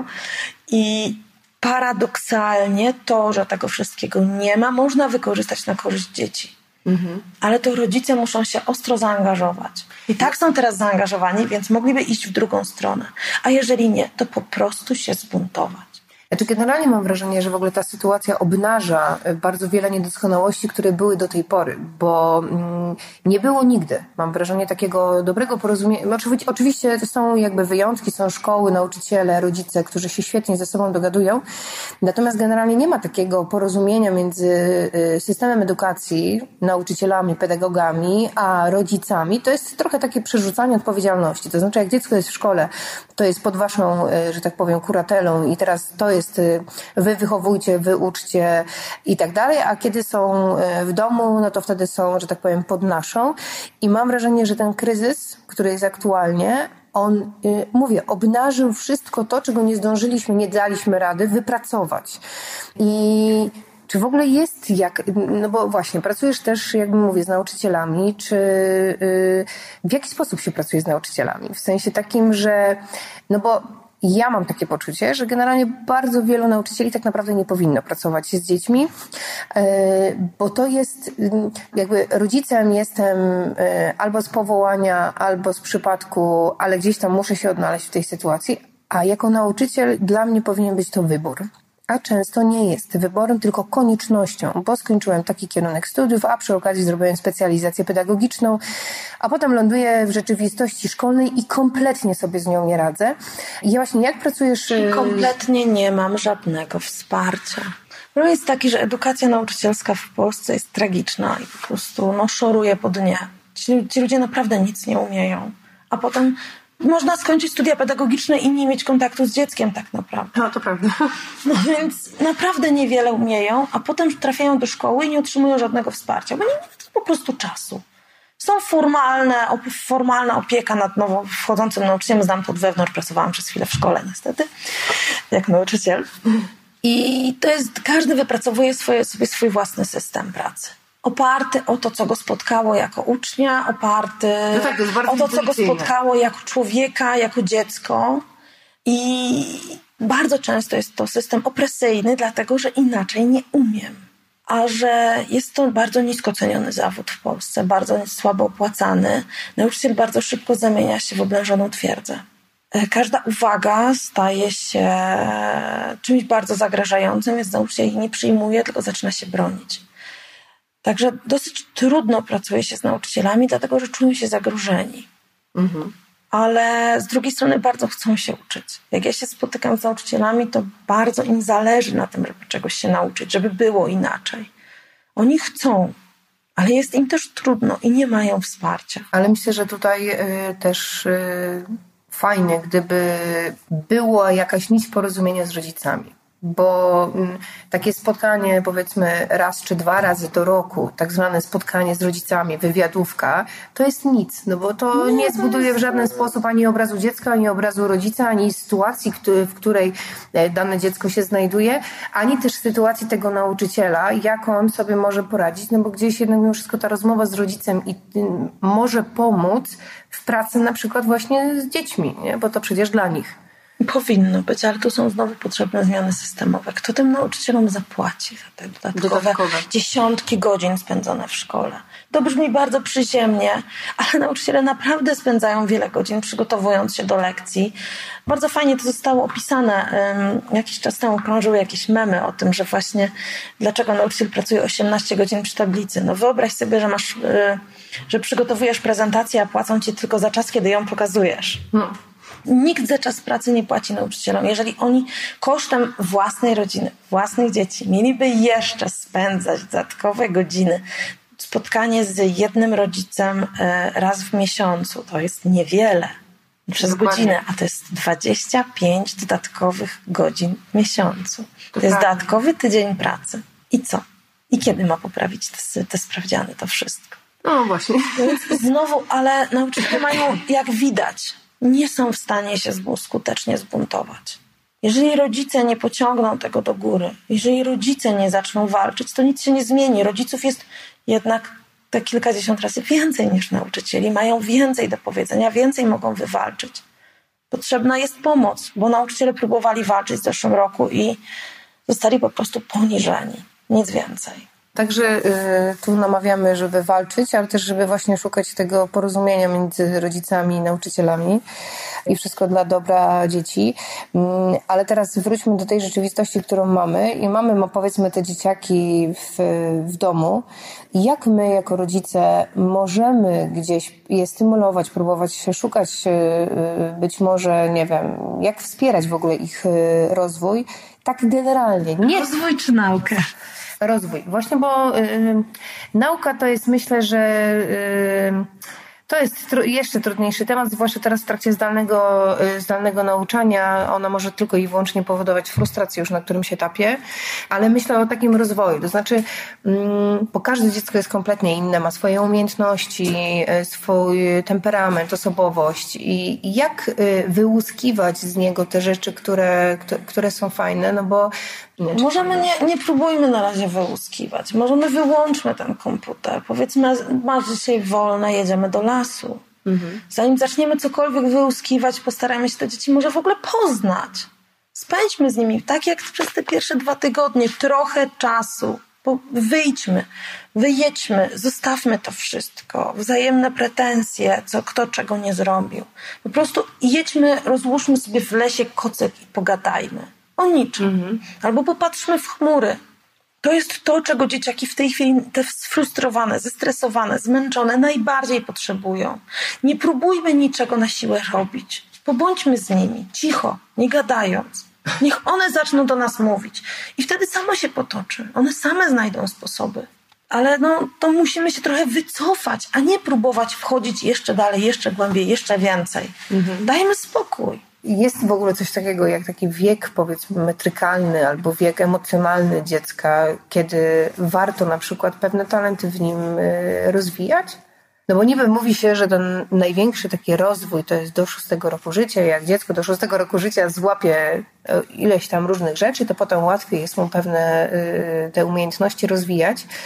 S3: I paradoksalnie to, że tego wszystkiego nie ma, można wykorzystać na korzyść dzieci. Ale to rodzice muszą się ostro zaangażować. I tak są teraz zaangażowani, więc mogliby iść w drugą stronę. A jeżeli nie, to po prostu się zbuntować.
S2: Ja tu generalnie mam wrażenie, że w ogóle ta sytuacja obnaża bardzo wiele niedoskonałości, które były do tej pory, bo nie było nigdy, mam wrażenie, takiego dobrego porozumienia. Oczywiście to są jakby wyjątki, są szkoły, nauczyciele, rodzice, którzy się świetnie ze sobą dogadują, natomiast generalnie nie ma takiego porozumienia między systemem edukacji, nauczycielami, pedagogami, a rodzicami. To jest trochę takie przerzucanie odpowiedzialności. To znaczy, jak dziecko jest w szkole, to jest pod waszą, że tak powiem, kuratelą i teraz to jest wy wychowujcie, wy uczcie i tak dalej, a kiedy są w domu, no to wtedy są, że tak powiem, pod naszą. I mam wrażenie, że ten kryzys, który jest aktualnie, on, obnażył wszystko to, czego nie zdążyliśmy, nie daliśmy rady wypracować. I czy w ogóle jest no bo właśnie, pracujesz też, jakby mówię, z nauczycielami, czy w jaki sposób się pracuje z nauczycielami? W sensie takim, że, no bo ja mam takie poczucie, że generalnie bardzo wielu nauczycieli tak naprawdę nie powinno pracować z dziećmi, bo to jest jakby rodzicem jestem albo z powołania, albo z przypadku, ale gdzieś tam muszę się odnaleźć w tej sytuacji, a jako nauczyciel dla mnie powinien być to wybór. A często nie jest wyborem, tylko koniecznością, bo skończyłem taki kierunek studiów, a przy okazji zrobiłem specjalizację pedagogiczną, a potem ląduję w rzeczywistości szkolnej i kompletnie sobie z nią nie radzę. I właśnie jak pracujesz...
S3: Kompletnie nie mam żadnego wsparcia. Problem jest taki, że edukacja nauczycielska w Polsce jest tragiczna i po prostu szoruje po dnie. Ci ludzie naprawdę nic nie umieją. A potem można skończyć studia pedagogiczne i nie mieć kontaktu z dzieckiem tak naprawdę.
S2: No to prawda.
S3: No więc naprawdę niewiele umieją, a potem trafiają do szkoły i nie otrzymują żadnego wsparcia, bo nie mają po prostu czasu. Są formalna opieka nad nowo wchodzącym nauczycielem. Znam to od wewnątrz, pracowałam przez chwilę w szkole niestety, jak nauczyciel. I to jest, każdy wypracowuje sobie swój własny system pracy. Oparty o to, co go spotkało jako ucznia, oparty o to, co go spotkało jako człowieka, jako dziecko. I Bardzo często jest to system opresyjny, dlatego że inaczej nie umiem. A że jest to bardzo nisko ceniony zawód w Polsce, bardzo słabo opłacany, nauczyciel bardzo szybko zamienia się w oblężoną twierdzę. Każda uwaga staje się czymś bardzo zagrażającym, więc nauczyciel jej nie przyjmuje, tylko zaczyna się bronić. Także dosyć trudno pracuje się z nauczycielami, dlatego że czują się zagrożeni. Ale z drugiej strony bardzo chcą się uczyć. Jak ja się spotykam z nauczycielami, to bardzo im zależy na tym, żeby czegoś się nauczyć, żeby było inaczej. Oni chcą, ale jest im też trudno i nie mają wsparcia.
S2: Ale myślę, że tutaj też fajnie, gdyby była jakaś nić porozumienia z rodzicami. Bo takie spotkanie, powiedzmy, raz czy 2 razy do roku, tak zwane spotkanie z rodzicami, wywiadówka, to jest nic, no bo to nie zbuduje w żaden sposób ani obrazu dziecka, ani obrazu rodzica, ani sytuacji, w której dane dziecko się znajduje, ani też sytuacji tego nauczyciela, jak on sobie może poradzić, no bo gdzieś jednak mimo wszystko ta rozmowa z rodzicem może pomóc w pracy na przykład właśnie z dziećmi, nie? Bo to przecież dla nich.
S3: Powinno być, ale tu są znowu potrzebne zmiany systemowe. Kto tym nauczycielom zapłaci za te dodatkowe dziesiątki godzin spędzone w szkole? To brzmi bardzo przyziemnie, ale nauczyciele naprawdę spędzają wiele godzin przygotowując się do lekcji. Bardzo fajnie to zostało opisane. Jakiś czas temu krążyły jakieś memy o tym, że właśnie dlaczego nauczyciel pracuje 18 godzin przy tablicy. No wyobraź sobie, że przygotowujesz prezentację, a płacą ci tylko za czas, kiedy ją pokazujesz. Nikt za czas pracy nie płaci nauczycielom. Jeżeli oni kosztem własnej rodziny, własnych dzieci mieliby jeszcze spędzać dodatkowe godziny, spotkanie z jednym rodzicem raz w miesiącu, to jest niewiele przez godzinę, a to jest 25 dodatkowych godzin w miesiącu. To jest dodatkowy tydzień pracy. I co? I kiedy ma poprawić te sprawdziany, to wszystko?
S2: No właśnie.
S3: Więc znowu, ale nauczyciele mają, jak widać, nie są w stanie się skutecznie zbuntować. Jeżeli rodzice nie pociągną tego do góry, jeżeli rodzice nie zaczną walczyć, to nic się nie zmieni. Rodziców jest jednak te kilkadziesiąt razy więcej niż nauczycieli. Mają więcej do powiedzenia, więcej mogą wywalczyć. Potrzebna jest pomoc, bo nauczyciele próbowali walczyć w zeszłym roku i zostali po prostu poniżeni. Nic więcej.
S2: Także tu namawiamy, żeby walczyć, ale też, żeby właśnie szukać tego porozumienia między rodzicami i nauczycielami i wszystko dla dobra dzieci. Ale teraz wróćmy do tej rzeczywistości, którą mamy i mamy, powiedzmy, te dzieciaki w domu. Jak my jako rodzice możemy gdzieś je stymulować, próbować szukać być może, nie wiem, jak wspierać w ogóle ich rozwój, tak generalnie. Nie
S3: rozwój czy naukę?
S2: Rozwój. Właśnie, bo nauka to jest, myślę, że to jest jeszcze trudniejszy temat, zwłaszcza teraz w trakcie zdalnego nauczania. Ona może tylko i wyłącznie powodować frustrację już na którymś etapie, ale myślę o takim rozwoju. To znaczy, bo każde dziecko jest kompletnie inne, ma swoje umiejętności, swój temperament, osobowość i jak wyłuskiwać z niego te rzeczy, które są fajne, no bo
S3: możemy nie próbujmy na razie wyłuskiwać. Możemy wyłączmy ten komputer. Powiedzmy, masz dzisiaj wolne, jedziemy do lasu. Zanim zaczniemy cokolwiek wyłuskiwać, postarajmy się te dzieci może w ogóle poznać. Spędźmy z nimi, tak jak przez te pierwsze 2 tygodnie, trochę czasu. Wyjdźmy, wyjedźmy, zostawmy to wszystko. Wzajemne pretensje, kto czego nie zrobił. Po prostu jedźmy, rozłóżmy sobie w lesie kocyk i pogadajmy. O niczym. Albo popatrzmy w chmury. To jest to, czego dzieciaki w tej chwili, te sfrustrowane, zestresowane, zmęczone, najbardziej potrzebują. Nie próbujmy niczego na siłę robić. Pobądźmy z nimi, cicho, nie gadając. Niech one zaczną do nas mówić. I wtedy samo się potoczy. One same znajdą sposoby. Ale to musimy się trochę wycofać, a nie próbować wchodzić jeszcze dalej, jeszcze głębiej, jeszcze więcej. Dajmy spokój.
S2: Jest w ogóle coś takiego jak taki wiek, powiedzmy, metrykalny albo wiek emocjonalny dziecka, kiedy warto na przykład pewne talenty w nim rozwijać? No bo niby mówi się, że ten największy taki rozwój to jest do 6 roku życia. Jak dziecko do 6 roku życia złapie ileś tam różnych rzeczy, to potem łatwiej jest mu pewne te umiejętności rozwijać.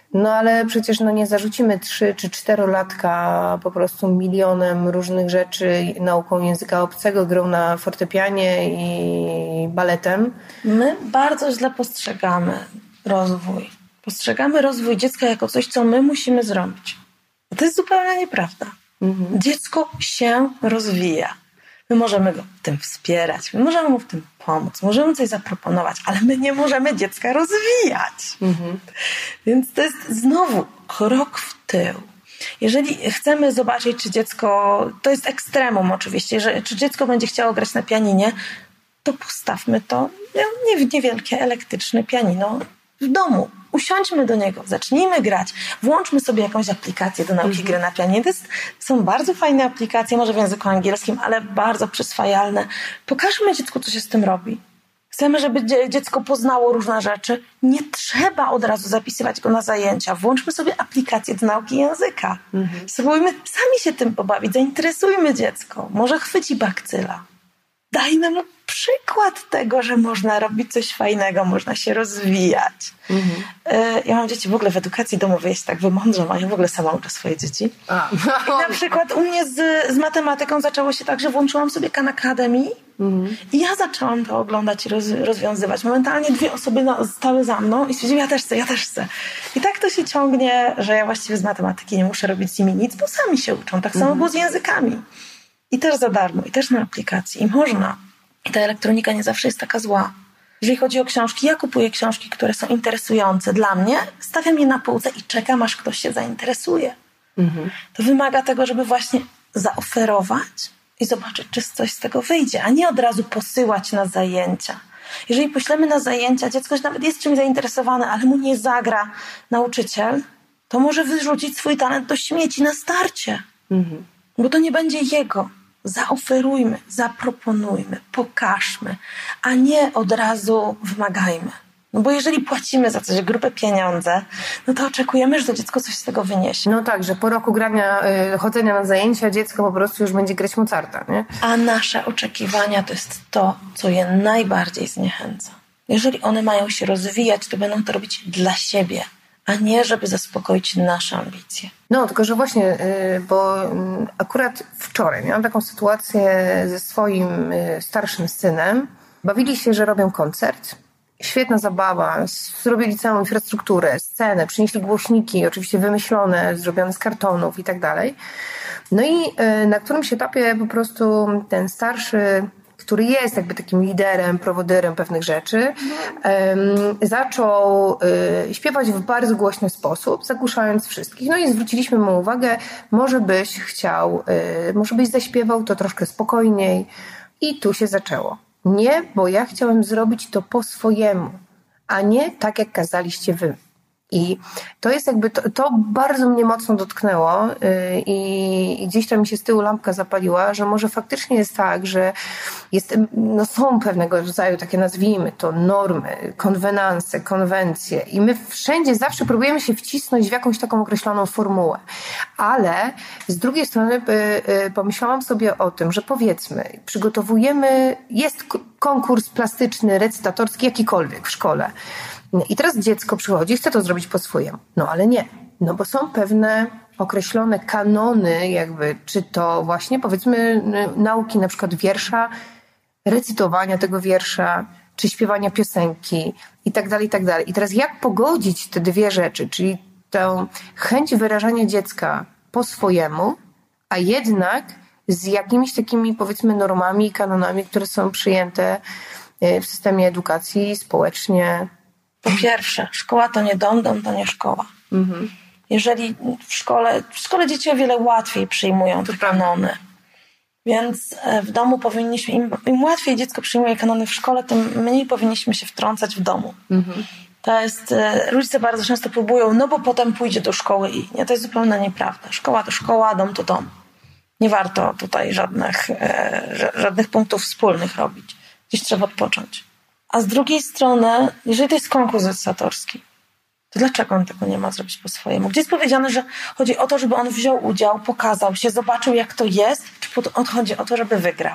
S2: No ale przecież nie zarzucimy 3 czy 4-latka po prostu milionem różnych rzeczy, nauką języka obcego, grą na fortepianie i baletem.
S3: My bardzo źle postrzegamy rozwój. Postrzegamy rozwój dziecka jako coś, co my musimy zrobić. To jest zupełnie nieprawda. Dziecko się rozwija. My możemy go w tym wspierać, my możemy mu w tym pomóc, możemy coś zaproponować, ale my nie możemy dziecka rozwijać. Więc to jest znowu krok w tył. Jeżeli chcemy zobaczyć, czy dziecko, to jest ekstremum oczywiście, że czy dziecko będzie chciało grać na pianinie, to postawmy to niewielkie elektryczne pianino w domu. Usiądźmy do niego, zacznijmy grać, włączmy sobie jakąś aplikację do nauki gry na pianinie. Są bardzo fajne aplikacje, może w języku angielskim, ale bardzo przyswajalne. Pokażmy dziecku, co się z tym robi. Chcemy, żeby dziecko poznało różne rzeczy. Nie trzeba od razu zapisywać go na zajęcia. Włączmy sobie aplikację do nauki języka. Spróbujmy sami się tym pobawić, zainteresujmy dziecko. Może chwyci bakcyla. Daj nam przykład tego, że można robić coś fajnego, można się rozwijać. Ja mam dzieci w ogóle w edukacji domowej, ja się tak wymądrzam, a ja w ogóle sama uczę swoje dzieci. I na przykład u mnie z matematyką zaczęło się tak, że włączyłam sobie Khan Academy i ja zaczęłam to oglądać i rozwiązywać. Momentalnie 2 osoby stały za mną i stwierdziły, ja też chcę. I tak to się ciągnie, że ja właściwie z matematyki nie muszę robić z nimi nic, bo sami się uczą. Tak samo było z językami. I też za darmo, i też na aplikacji. I można. I ta elektronika nie zawsze jest taka zła. Jeżeli chodzi o książki, ja kupuję książki, które są interesujące dla mnie, stawiam je na półce i czekam, aż ktoś się zainteresuje. To wymaga tego, żeby właśnie zaoferować i zobaczyć, czy coś z tego wyjdzie, a nie od razu posyłać na zajęcia. Jeżeli poślemy na zajęcia, dziecko nawet jest czymś zainteresowane, ale mu nie zagra nauczyciel, to może wyrzucić swój talent do śmieci na starcie. Bo to nie będzie jego. Zaoferujmy, zaproponujmy, pokażmy, a nie od razu wymagajmy. No bo jeżeli płacimy za coś grube pieniądze, no to oczekujemy, że to dziecko coś z tego wyniesie.
S2: No tak, że po roku chodzenia na zajęcia dziecko po prostu już będzie grać Mozarta, nie?
S3: A nasze oczekiwania to jest to, co je najbardziej zniechęca. Jeżeli one mają się rozwijać, to będą to robić dla siebie, a nie żeby zaspokoić nasze ambicje.
S2: No, tylko że właśnie, bo akurat wczoraj miałam taką sytuację ze swoim starszym synem. Bawili się, że robią koncert. Świetna zabawa, zrobili całą infrastrukturę, scenę, przynieśli głośniki, oczywiście wymyślone, zrobione z kartonów i tak dalej. No i na którymś etapie po prostu ten starszy, który jest jakby takim liderem, prowodyrem pewnych rzeczy, zaczął śpiewać w bardzo głośny sposób, zagłuszając wszystkich. No i zwróciliśmy mu uwagę, może byś zaśpiewał to troszkę spokojniej. I tu się zaczęło. Nie, bo ja chciałem zrobić to po swojemu, a nie tak, jak kazaliście wy. I to jest jakby, to bardzo mnie mocno dotknęło i gdzieś tam mi się z tyłu lampka zapaliła, że może faktycznie jest tak, że są pewnego rodzaju takie, nazwijmy to, normy, konwenanse, konwencje i my wszędzie zawsze próbujemy się wcisnąć w jakąś taką określoną formułę. Ale z drugiej strony pomyślałam sobie o tym, że powiedzmy, jest konkurs plastyczny, recytatorski, jakikolwiek w szkole. I teraz dziecko przychodzi, chce to zrobić po swojemu. No ale nie. No bo są pewne określone kanony jakby, czy to właśnie powiedzmy nauki na przykład wiersza, recytowania tego wiersza, czy śpiewania piosenki i tak dalej, i tak dalej. I teraz jak pogodzić te dwie rzeczy, czyli tę chęć wyrażania dziecka po swojemu, a jednak z jakimiś takimi powiedzmy normami i kanonami, które są przyjęte w systemie edukacji społecznie.
S3: Po pierwsze, szkoła to nie dom, dom to nie szkoła. Jeżeli w szkole dzieci o wiele łatwiej przyjmują te kanony. Więc w domu powinniśmy, im łatwiej dziecko przyjmuje kanony w szkole, tym mniej powinniśmy się wtrącać w domu. To jest, rodzice bardzo często próbują, no bo potem pójdzie do szkoły i nie, to jest zupełnie nieprawda. Szkoła to szkoła, dom to dom. Nie warto tutaj żadnych punktów wspólnych robić. Gdzieś trzeba odpocząć. A z drugiej strony, jeżeli to jest konkurs recytatorski, to dlaczego on tego nie ma zrobić po swojemu? Gdzie jest powiedziane, że chodzi o to, żeby on wziął udział, pokazał się, zobaczył jak to jest, czy chodzi o to, żeby wygrał?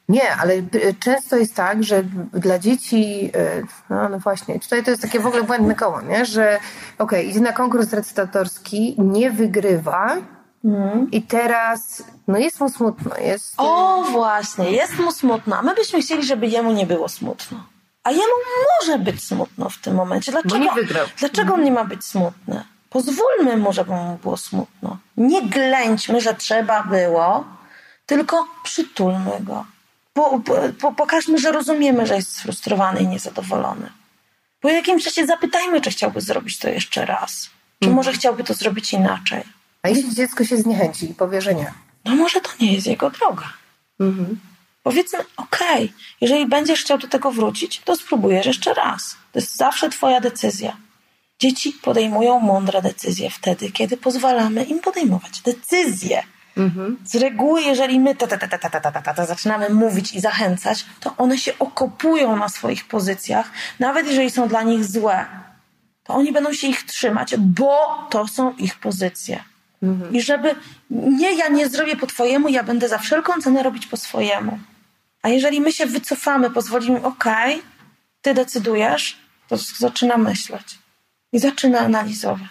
S2: Nie, ale często jest tak, że dla dzieci, no właśnie, tutaj to jest takie w ogóle błędne koło, nie? Że idzie na konkurs recytatorski, nie wygrywa i teraz, no jest mu smutno.
S3: O właśnie, jest mu smutno, a my byśmy chcieli, żeby jemu nie było smutno. A jemu może być smutno w tym momencie. Dlaczego,
S2: bo nie wygrał.
S3: Dlaczego on nie ma być smutny? Pozwólmy mu, żeby mu było smutno. Nie glęćmy, że trzeba było, tylko przytulmy go. Pokażmy, że rozumiemy, że jest sfrustrowany i niezadowolony. Po jakimś czasie zapytajmy, czy chciałby zrobić to jeszcze raz. Czy może chciałby to zrobić inaczej.
S2: A jeśli dziecko się zniechęci i powie, że nie?
S3: No może to nie jest jego droga. Powiedzmy, jeżeli będziesz chciał do tego wrócić, to spróbujesz jeszcze raz. To jest zawsze twoja decyzja. Dzieci podejmują mądre decyzje wtedy, kiedy pozwalamy im podejmować decyzje. Z reguły, jeżeli my zaczynamy mówić i zachęcać, to one się okopują na swoich pozycjach, nawet jeżeli są dla nich złe. To oni będą się ich trzymać, bo to są ich pozycje. I żeby ja nie zrobię po twojemu, ja będę za wszelką cenę robić po swojemu. A jeżeli my się wycofamy, pozwolimy, ty decydujesz, to zaczyna myśleć i zaczyna analizować.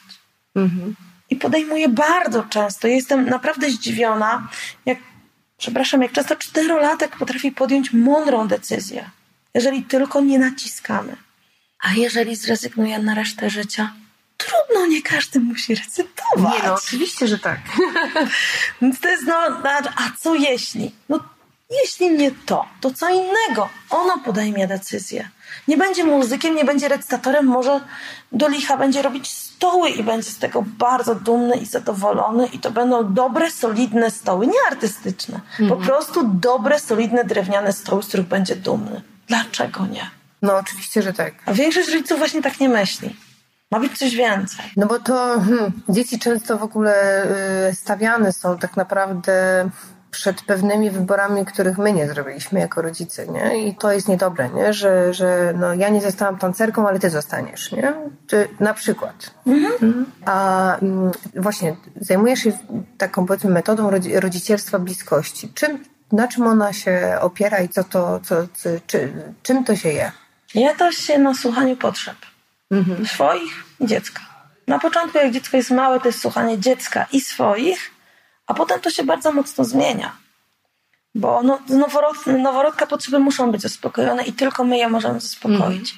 S3: I podejmuje bardzo często. Jestem naprawdę zdziwiona, jak często 4-latek potrafi podjąć mądrą decyzję, jeżeli tylko nie naciskamy. A jeżeli zrezygnuje na resztę życia, trudno, nie każdy musi recytować.
S2: Nie, no oczywiście, że tak.
S3: Więc to jest, a co jeśli? Jeśli nie to co innego. Ono podejmie decyzję. Nie będzie muzykiem, nie będzie recytatorem, może do licha będzie robić stoły i będzie z tego bardzo dumny i zadowolony i to będą dobre, solidne stoły, nie artystyczne. Po prostu dobre, solidne, drewniane stoły, z których będzie dumny. Dlaczego nie?
S2: No oczywiście, że tak.
S3: A większość rodziców właśnie tak nie myśli. Ma być coś więcej.
S2: No bo to dzieci często w ogóle stawiane są tak naprawdę przed pewnymi wyborami, których my nie zrobiliśmy jako rodzice, nie? I to jest niedobre, nie? Że ja nie zostałam tancerką, ale ty zostaniesz, nie? Na przykład. A właśnie zajmujesz się taką, powiedzmy, metodą rodzicielstwa bliskości. Na czym ona się opiera i czym to się je?
S3: Ja to się na słuchaniu potrzeb. Swoich i dziecka. Na początku, jak dziecko jest małe, to jest słuchanie dziecka i swoich, a potem to się bardzo mocno zmienia. Bo noworodka potrzeby muszą być zaspokojone i tylko my je możemy zaspokoić.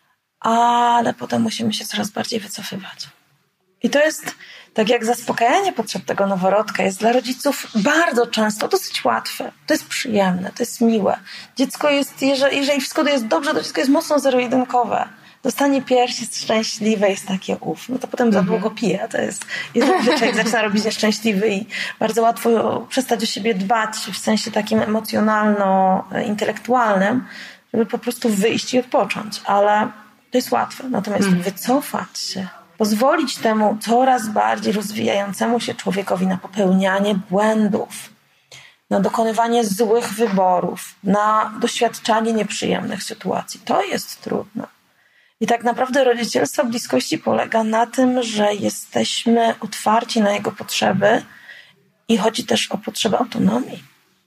S3: Ale potem musimy się coraz bardziej wycofywać. I to jest, tak jak zaspokajanie potrzeb tego noworodka jest dla rodziców bardzo często dosyć łatwe. To jest przyjemne, to jest miłe. Dziecko jest, jeżeli wszystko jest dobrze, to dziecko jest mocno zero-jedynkowe. Dostanie pierś, jest szczęśliwe, jest takie no to potem za długo pije. To jest, jeżeli człowiek zaczyna robić nieszczęśliwy i bardzo łatwo przestać o siebie dbać w sensie takim emocjonalno-intelektualnym, żeby po prostu wyjść i odpocząć. Ale to jest łatwe. Natomiast wycofać się, pozwolić temu coraz bardziej rozwijającemu się człowiekowi na popełnianie błędów, na dokonywanie złych wyborów, na doświadczanie nieprzyjemnych sytuacji. To jest trudne. I tak naprawdę rodzicielstwo bliskości polega na tym, że jesteśmy otwarci na jego potrzeby i chodzi też o potrzebę autonomii.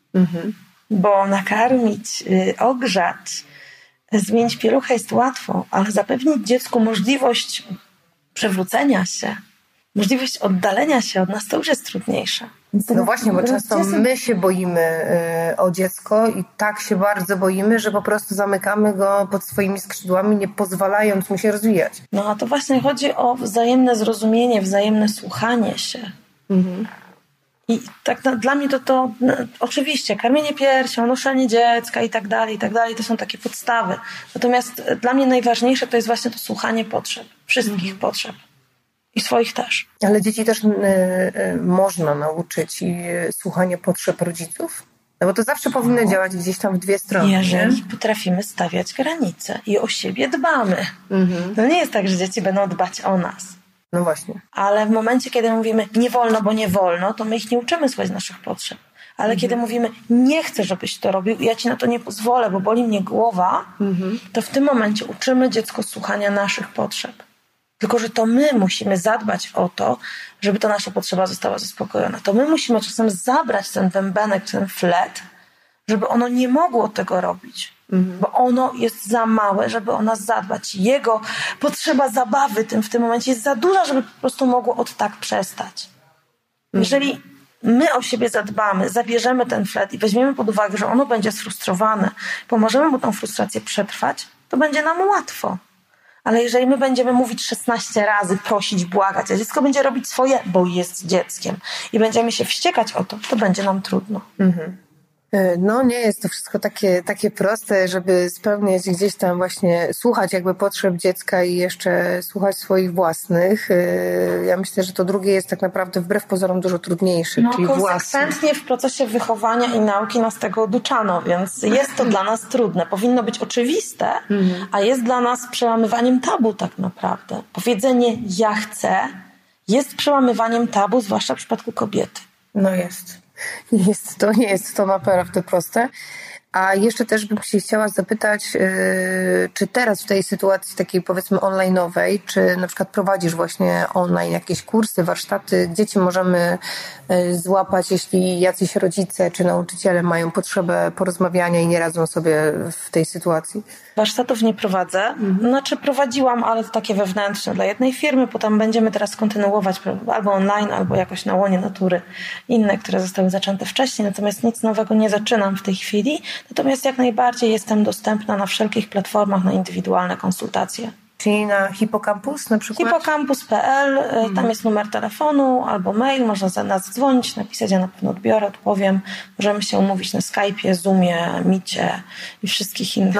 S3: Bo nakarmić, ogrzać, zmienić pieluchę jest łatwo, ale zapewnić dziecku możliwość przewrócenia się, możliwość oddalenia się od nas, to już jest trudniejsze.
S2: No właśnie, bo często my się boimy o dziecko i tak się bardzo boimy, że po prostu zamykamy go pod swoimi skrzydłami, nie pozwalając mu się rozwijać.
S3: No a to właśnie chodzi o wzajemne zrozumienie, wzajemne słuchanie się. I tak dla mnie to oczywiście karmienie piersią, noszenie dziecka i tak dalej, to są takie podstawy. Natomiast dla mnie najważniejsze to jest właśnie to słuchanie potrzeb, wszystkich potrzeb. I swoich też.
S2: Ale dzieci też można nauczyć słuchania potrzeb rodziców? No bo to zawsze powinno działać gdzieś tam w dwie strony.
S3: Jeżeli potrafimy stawiać granice i o siebie dbamy. To nie jest tak, że dzieci będą dbać o nas.
S2: No właśnie.
S3: Ale w momencie, kiedy mówimy nie wolno, bo nie wolno, to my ich nie uczymy słuchać naszych potrzeb. Ale kiedy mówimy nie chcę, żebyś to robił i ja ci na to nie pozwolę, bo boli mnie głowa, to w tym momencie uczymy dziecko słuchania naszych potrzeb. Tylko że to my musimy zadbać o to, żeby ta nasza potrzeba została zaspokojona. To my musimy czasem zabrać ten bębenek, ten flet, żeby ono nie mogło tego robić. Bo ono jest za małe, żeby o nas zadbać. Jego potrzeba zabawy w tym momencie jest za duża, żeby po prostu mogło od tak przestać. Jeżeli my o siebie zadbamy, zabierzemy ten flet i weźmiemy pod uwagę, że ono będzie sfrustrowane, pomożemy mu tą frustrację przetrwać, to będzie nam łatwo. Ale jeżeli my będziemy mówić 16 razy, prosić, błagać, a dziecko będzie robić swoje, bo jest dzieckiem i będziemy się wściekać o to, to będzie nam trudno.
S2: No nie jest to wszystko takie proste, żeby spełniać gdzieś tam właśnie, słuchać jakby potrzeb dziecka i jeszcze słuchać swoich własnych. Ja myślę, że to drugie jest tak naprawdę wbrew pozorom dużo trudniejsze, czyli
S3: konsekwentnie w procesie wychowania i nauki nas tego oduczano, więc jest to dla nas trudne. Powinno być oczywiste, a jest dla nas przełamywaniem tabu tak naprawdę. Powiedzenie ja chcę jest przełamywaniem tabu, zwłaszcza w przypadku kobiety.
S2: No jest. Nie jest to naprawdę proste. A jeszcze też bym się chciała zapytać, czy teraz w tej sytuacji takiej powiedzmy online'owej, czy na przykład prowadzisz właśnie online jakieś kursy, warsztaty, gdzie Ci możemy złapać, jeśli jacyś rodzice czy nauczyciele mają potrzebę porozmawiania i nie radzą sobie w tej sytuacji?
S3: Warsztatów nie prowadzę. Znaczy prowadziłam, ale to takie wewnętrzne dla jednej firmy. Potem będziemy teraz kontynuować albo online, albo jakoś na łonie natury inne, które zostały zaczęte wcześniej. Natomiast nic nowego nie zaczynam w tej chwili. Natomiast jak najbardziej jestem dostępna na wszelkich platformach na indywidualne konsultacje.
S2: Czyli na Hipocampus na przykład?
S3: Hipocampus.pl, tam jest numer telefonu albo mail, można za nas dzwonić, napisać, ja na pewno odbiorę, odpowiem. Możemy się umówić na Skype'ie, Zoomie, Micie i wszystkich innych.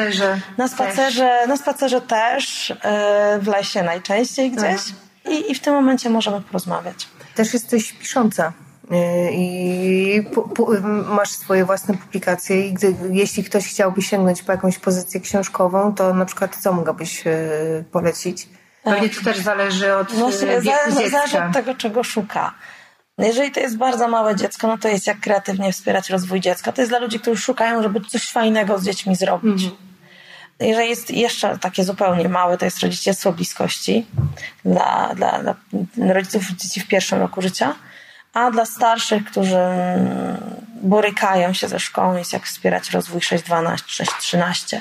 S3: Na spacerze też, w lesie najczęściej gdzieś i w tym momencie możemy porozmawiać.
S2: Też jesteś pisząca. I masz swoje własne publikacje i jeśli ktoś chciałby sięgnąć po jakąś pozycję książkową, to na przykład co mogłabyś polecić? Pewnie to też zależy od wieku dziecka.
S3: Zależy od tego, czego szuka. Jeżeli to jest bardzo małe dziecko, no to jest jak kreatywnie wspierać rozwój dziecka. To jest dla ludzi, którzy szukają, żeby coś fajnego z dziećmi zrobić. Jeżeli jest jeszcze takie zupełnie małe, to jest rodzicielstwo bliskości dla rodziców dzieci w pierwszym roku życia. A dla starszych, którzy borykają się ze szkołą, jest jak wspierać rozwój 6-12, 6-13.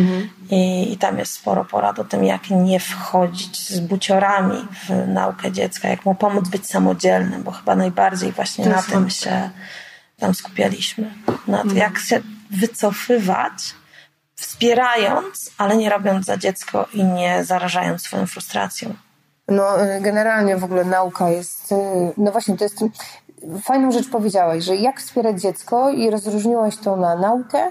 S3: I tam jest sporo porad o tym, jak nie wchodzić z buciorami w naukę dziecka, jak mu pomóc być samodzielnym, bo chyba najbardziej właśnie na tym się tam skupialiśmy. Na tym, jak się wycofywać, wspierając, ale nie robiąc za dziecko i nie zarażając swoją frustracją.
S2: No generalnie w ogóle nauka jest, no właśnie to jest, fajną rzecz powiedziałaś, że jak wspierać dziecko i rozróżniłaś to na naukę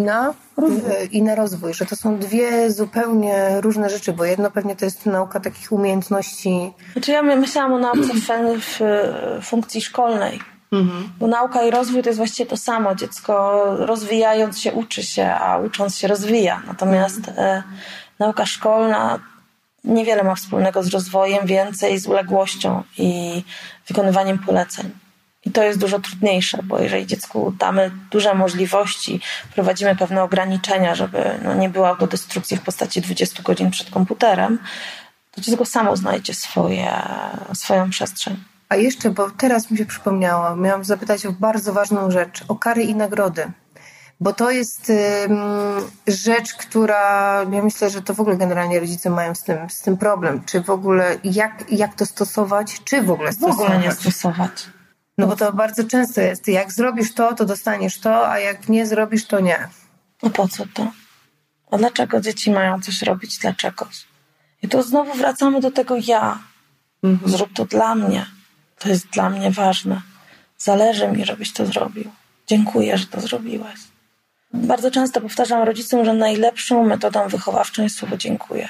S2: i na rozwój, że to są dwie zupełnie różne rzeczy, bo jedno pewnie to jest nauka takich umiejętności.
S3: Znaczy ja myślałam o nauce w funkcji szkolnej, bo nauka i rozwój to jest właściwie to samo. Dziecko rozwijając się uczy się, a ucząc się rozwija. Natomiast nauka szkolna niewiele ma wspólnego z rozwojem, więcej z uległością i wykonywaniem poleceń. I to jest dużo trudniejsze, bo jeżeli dziecku damy duże możliwości, prowadzimy pewne ograniczenia, żeby nie było autodestrukcji w postaci 20 godzin przed komputerem, to dziecko samo znajdzie swoją przestrzeń.
S2: A jeszcze, bo teraz mi się przypomniało, miałam zapytać o bardzo ważną rzecz, o kary i nagrody. Bo to jest rzecz, która, ja myślę, że to w ogóle generalnie rodzice mają z tym problem. Czy w ogóle, jak to stosować, czy w ogóle stosować?
S3: W ogóle nie stosować.
S2: No bo to bardzo często jest, jak zrobisz to dostaniesz to, a jak nie zrobisz, to nie.
S3: No po co to? A dlaczego dzieci mają coś robić dla czegoś? I tu znowu wracamy do tego ja. Zrób to dla mnie. To jest dla mnie ważne. Zależy mi, żebyś to zrobił. Dziękuję, że to zrobiłeś. Bardzo często powtarzam rodzicom, że najlepszą metodą wychowawczą jest słowo dziękuję.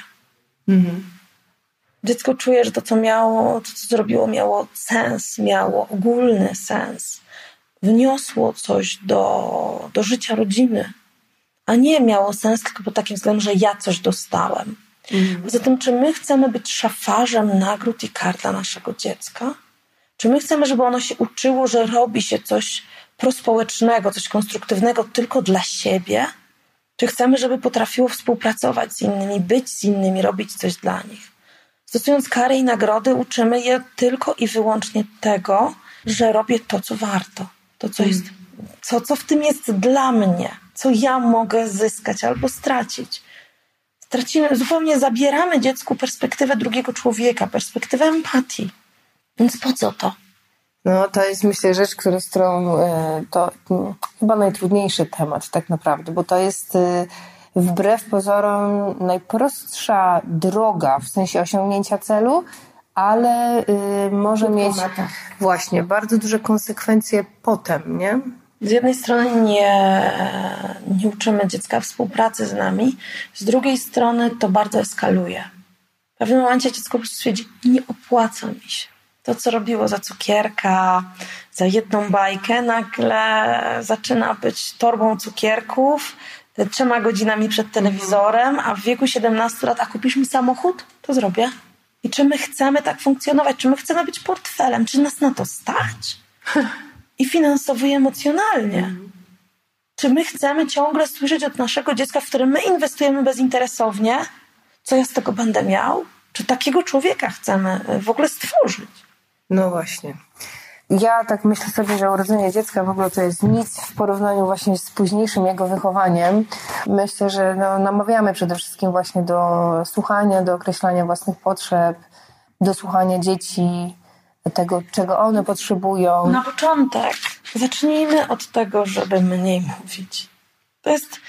S3: Dziecko czuje, że to, co zrobiło, miało sens, miało ogólny sens. Wniosło coś do życia rodziny, a nie miało sens tylko pod takim względem, że ja coś dostałem. Poza tym, czy my chcemy być szafarzem nagród i kar dla naszego dziecka? Czy my chcemy, żeby ono się uczyło, że robi się coś prospołecznego, coś konstruktywnego tylko dla siebie? Czy chcemy, żeby potrafiło współpracować z innymi, być z innymi, robić coś dla nich? Stosując kary i nagrody, uczymy je tylko i wyłącznie tego, że robię to, co warto. To, co jest Co w tym jest dla mnie? Co ja mogę zyskać albo stracić? Zabieramy dziecku perspektywę drugiego człowieka, perspektywę empatii. Więc po co to?
S2: No to jest, myślę, rzecz, z którą to chyba najtrudniejszy temat tak naprawdę, bo to jest wbrew pozorom najprostsza droga w sensie osiągnięcia celu, ale może mieć właśnie bardzo duże konsekwencje potem, nie?
S3: Z jednej strony nie uczymy dziecka współpracy z nami, z drugiej strony to bardzo eskaluje. W pewnym momencie dziecko po prostu stwierdzi, nie opłaca mi się. To, co robiło za cukierka, za jedną bajkę, nagle zaczyna być torbą cukierków, 3 godzinami przed telewizorem, a w wieku 17 lat, a kupisz mi samochód? To zrobię. I czy my chcemy tak funkcjonować? Czy my chcemy być portfelem? Czy nas na to stać? I finansowo, i emocjonalnie. Czy my chcemy ciągle słyszeć od naszego dziecka, w którym my inwestujemy bezinteresownie, co ja z tego będę miał? Czy takiego człowieka chcemy w ogóle stworzyć?
S2: No właśnie. Ja tak myślę sobie, że urodzenie dziecka w ogóle to jest nic w porównaniu właśnie z późniejszym jego wychowaniem. Myślę, że namawiamy przede wszystkim właśnie do słuchania, do określania własnych potrzeb, do słuchania dzieci, tego, czego one potrzebują.
S3: Na początek zacznijmy od tego, żeby mniej mówić. To jest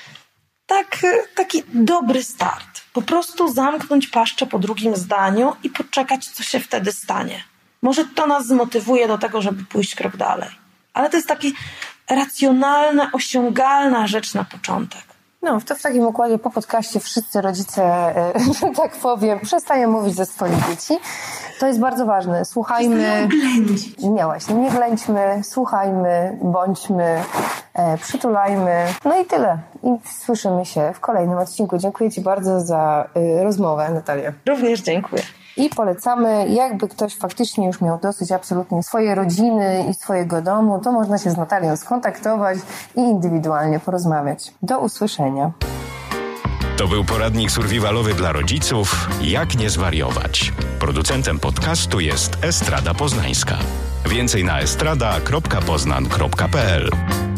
S3: taki dobry start. Po prostu zamknąć paszczę po drugim zdaniu i poczekać, co się wtedy stanie. Może to nas zmotywuje do tego, żeby pójść krok dalej. Ale to jest taki racjonalna, osiągalna rzecz na początek.
S2: No, to w takim układzie po podcaście wszyscy rodzice, że tak powiem, przestają mówić ze swoich dzieci. To jest bardzo ważne. Słuchajmy. Nie ględźmy, słuchajmy, bądźmy, przytulajmy. No i tyle. I słyszymy się w kolejnym odcinku. Dziękuję Ci bardzo za rozmowę, Natalia.
S3: Również dziękuję.
S2: I polecamy, jakby ktoś faktycznie już miał dosyć absolutnie swojej rodziny i swojego domu, to można się z Natalią skontaktować i indywidualnie porozmawiać. Do usłyszenia.
S1: To był poradnik survivalowy dla rodziców Jak nie zwariować. Producentem podcastu jest Estrada Poznańska. Więcej na estrada.poznan.pl